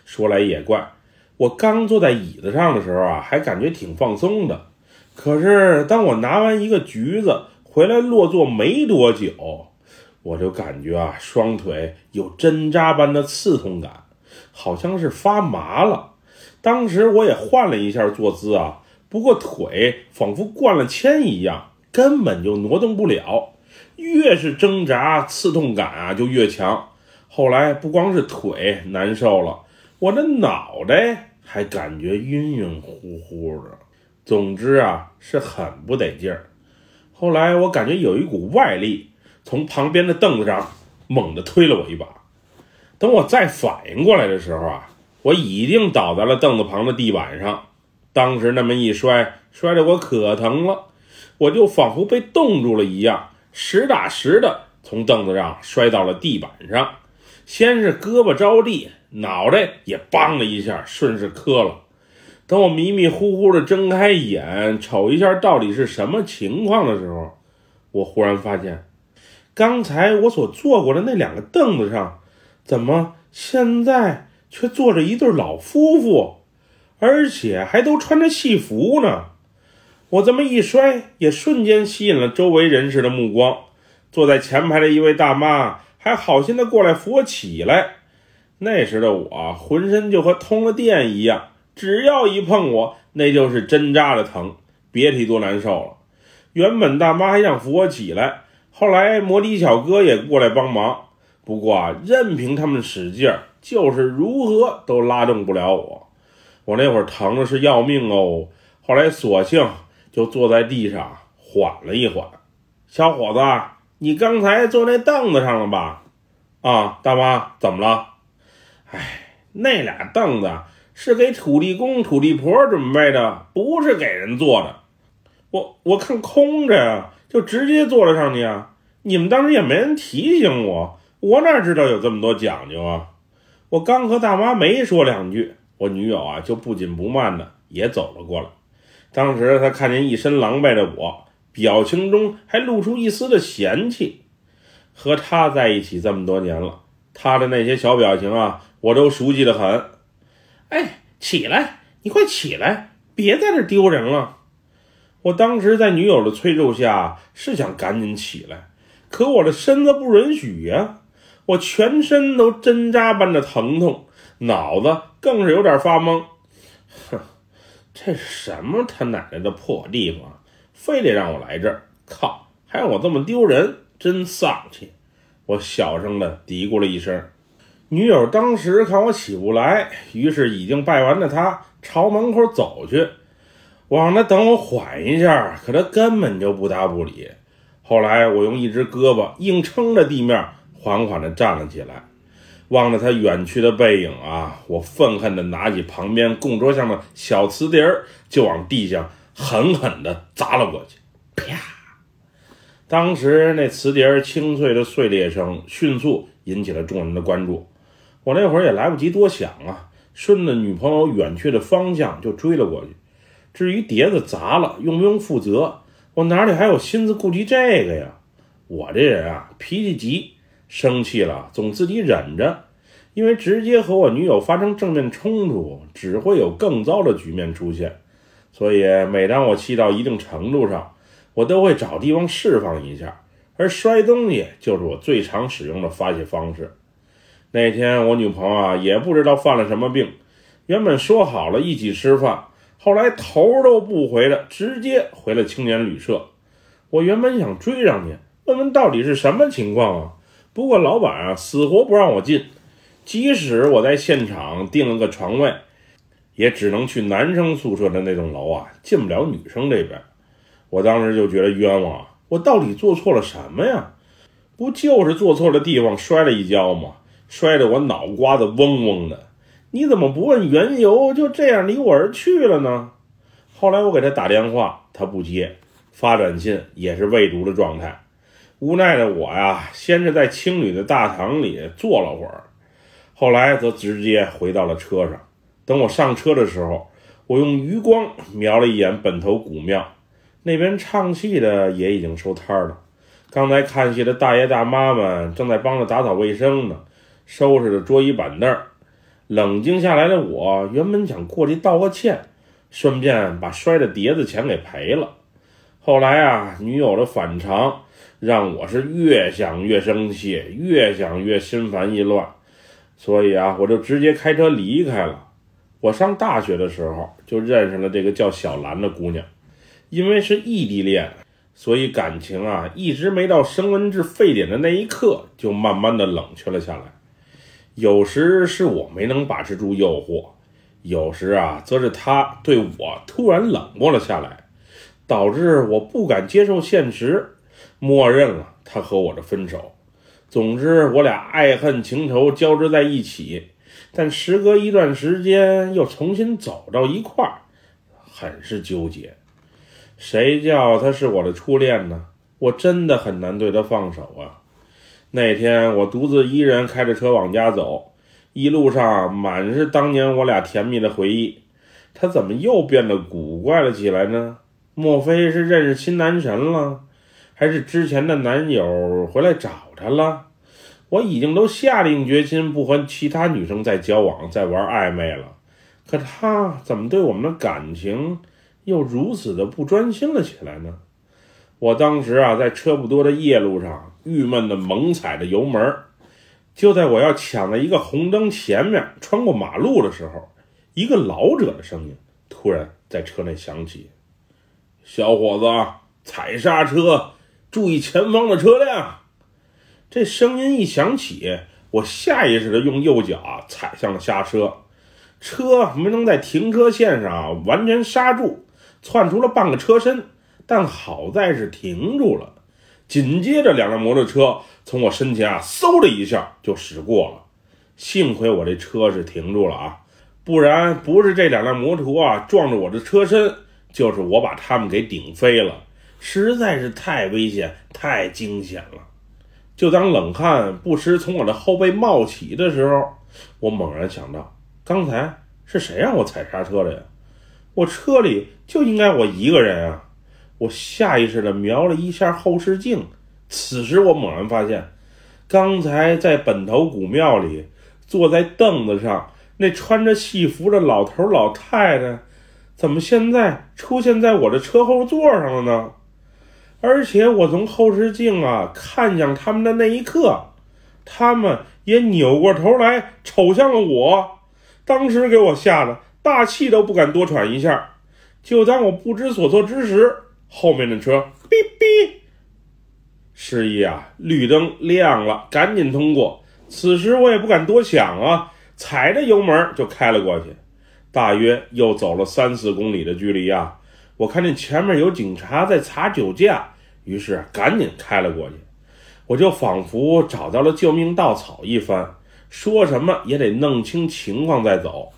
说来也怪，我刚坐在椅子上的时候啊，还感觉挺放松的。可是当我拿完一个橘子回来落座没多久，我就感觉啊，双腿有针扎般的刺痛感，好像是发麻了。当时我也换了一下坐姿啊，不过腿仿佛灌了铅一样，根本就挪动不了。越是挣扎，刺痛感啊就越强。后来不光是腿难受了，我的脑袋还感觉晕晕乎乎的。总之啊，是很不得劲儿。后来我感觉有一股外力从旁边的凳子上猛地推了我一把。等我再反应过来的时候啊，我已经倒在了凳子旁的地板上。当时那么一摔得我可疼了，我就仿佛被冻住了一样，实打实的从凳子上摔到了地板上。先是胳膊着地，脑袋也梆了一下顺势磕了。等我迷迷糊糊的睁开眼瞅一下到底是什么情况的时候，我忽然发现刚才我所坐过的那两个凳子上，怎么现在却坐着一对老夫妇，而且还都穿着戏服呢。我这么一摔，也瞬间吸引了周围人士的目光。坐在前排的一位大妈还好心的过来扶我起来。那时的我浑身就和通了电一样，只要一碰我，那就是针扎的疼，别提多难受了。原本大妈还想扶我起来，后来摩的小哥也过来帮忙，不过啊，任凭他们使劲儿，就是如何都拉动不了我。我那会儿疼的是要命哦，后来索性就坐在地上缓了一缓。小伙子，你刚才坐那凳子上了吧？啊，大妈，怎么了？那俩凳子是给土地公土地婆准备的，不是给人坐的。我看空着呀，就直接坐了上去啊。你们当时也没人提醒我，我哪知道有这么多讲究啊。我刚和大妈没说两句，我女友啊就不紧不慢的也走了过来。当时她看见一身狼狈的我，表情中还露出一丝的嫌弃。和她在一起这么多年了，她的那些小表情啊，我都熟悉得很。起来，你快起来，别在这丢人了。我当时在女友的催促下是想赶紧起来，可我的身子不允许呀。我全身都针扎般的疼痛，脑子更是有点发懵。这是什么他奶奶的破地方，非得让我来这儿，靠，还让我这么丢人，真丧气。我小声的嘀咕了一声。女友当时看我起不来，于是已经拜完的她朝门口走去。我让她等我缓一下，可她根本就不搭不理。后来我用一只胳膊硬撑着地面，缓缓地站了起来。望着她远去的背影啊，我愤恨地拿起旁边供桌上的小瓷碟就往地上狠狠地砸了过去。啪！当时那瓷碟清脆的碎裂声迅速引起了众人的关注。我那会儿也来不及多想啊，顺着女朋友远去的方向就追了过去。至于碟子砸了用不用负责，我哪里还有心思顾及这个呀？我这人啊，脾气急，生气了总自己忍着，因为直接和我女友发生正面冲突，只会有更糟的局面出现。所以每当我气到一定程度上，我都会找地方释放一下，而摔东西就是我最常使用的发泄方式。那天我女朋友啊也不知道犯了什么病，原本说好了一起吃饭，后来头都不回的直接回了青年旅社。我原本想追上去问问到底是什么情况啊，不过老板啊死活不让我进，即使我在现场订了个床位，也只能去男生宿舍的那栋楼啊，进不了女生这边。我当时就觉得冤枉啊，我到底做错了什么呀？不就是坐错了地方摔了一跤吗？摔得我脑瓜子嗡嗡的，你怎么不问缘由就这样离我而去了呢？后来我给他打电话，他不接，发短信也是未读的状态。无奈的我呀，先是在青旅的大堂里坐了会儿，后来则直接回到了车上。等我上车的时候，我用余光瞄了一眼本头古庙，那边唱戏的也已经收摊了，刚才看戏的大爷大妈们正在帮着打扫卫生呢，收拾着桌椅板凳。 冷静下来的我原本想过去道个歉，顺便把摔的碟子钱给赔了。后来啊，女友的反常让我是越想越生气，越想越心烦意乱，所以啊，我就直接开车离开了。我上大学的时候就认识了这个叫小兰的姑娘，因为是异地恋，所以感情啊一直没到升温至沸点的那一刻就慢慢的冷却了下来。有时是我没能把持住诱惑，有时啊则是她对我突然冷漠了下来，导致我不敢接受现实，默认了她和我的分手。总之我俩爱恨情仇交织在一起，但时隔一段时间又重新走到一块儿，很是纠结。谁叫他是我的初恋呢？我真的很难对他放手啊。那天我独自一人开着车往家走，一路上满是当年我俩甜蜜的回忆。他怎么又变得古怪了起来呢？莫非是认识新男神了？还是之前的男友回来找他了？我已经都下定决心不和其他女生再交往再玩暧昧了，可他怎么对我们的感情又如此的不专心了起来呢？我当时啊在车不多的夜路上郁闷的猛踩着油门，就在我要抢在一个红灯前面穿过马路的时候，一个老者的声音突然在车内响起：小伙子，踩刹车，注意前方的车辆。这声音一响起，我下意识的用右脚踩向了刹车，车没能在停车线上完全刹住，窜出了半个车身，但好在是停住了。紧接着两辆摩托车从我身前嗖的一下就驶过了，幸亏我这车是停住了啊，不然不是这两辆摩托撞着我的车身，就是我把他们给顶飞了，实在是太危险太惊险了。就当冷汗不时从我的后背冒起的时候，我猛然想到，刚才是谁让我踩刹车的呀？我车里就应该我一个人啊！我下意识地瞄了一下后视镜，此时我猛然发现，刚才在本头古庙里坐在凳子上那穿着戏服的老头老太太，怎么现在出现在我的车后座上了呢？而且我从后视镜看向他们的那一刻，他们也扭过头来瞅向了我，当时给我吓得大气都不敢多喘一下。就当我不知所措之时，后面的车哔哔示意绿灯亮了，赶紧通过。此时我也不敢多想踩着油门就开了过去。大约又走了3-4公里的距离我看见前面有警察在查酒驾，于是赶紧开了过去。我就仿佛找到了救命稻草一番，说什么也得弄清情况再走。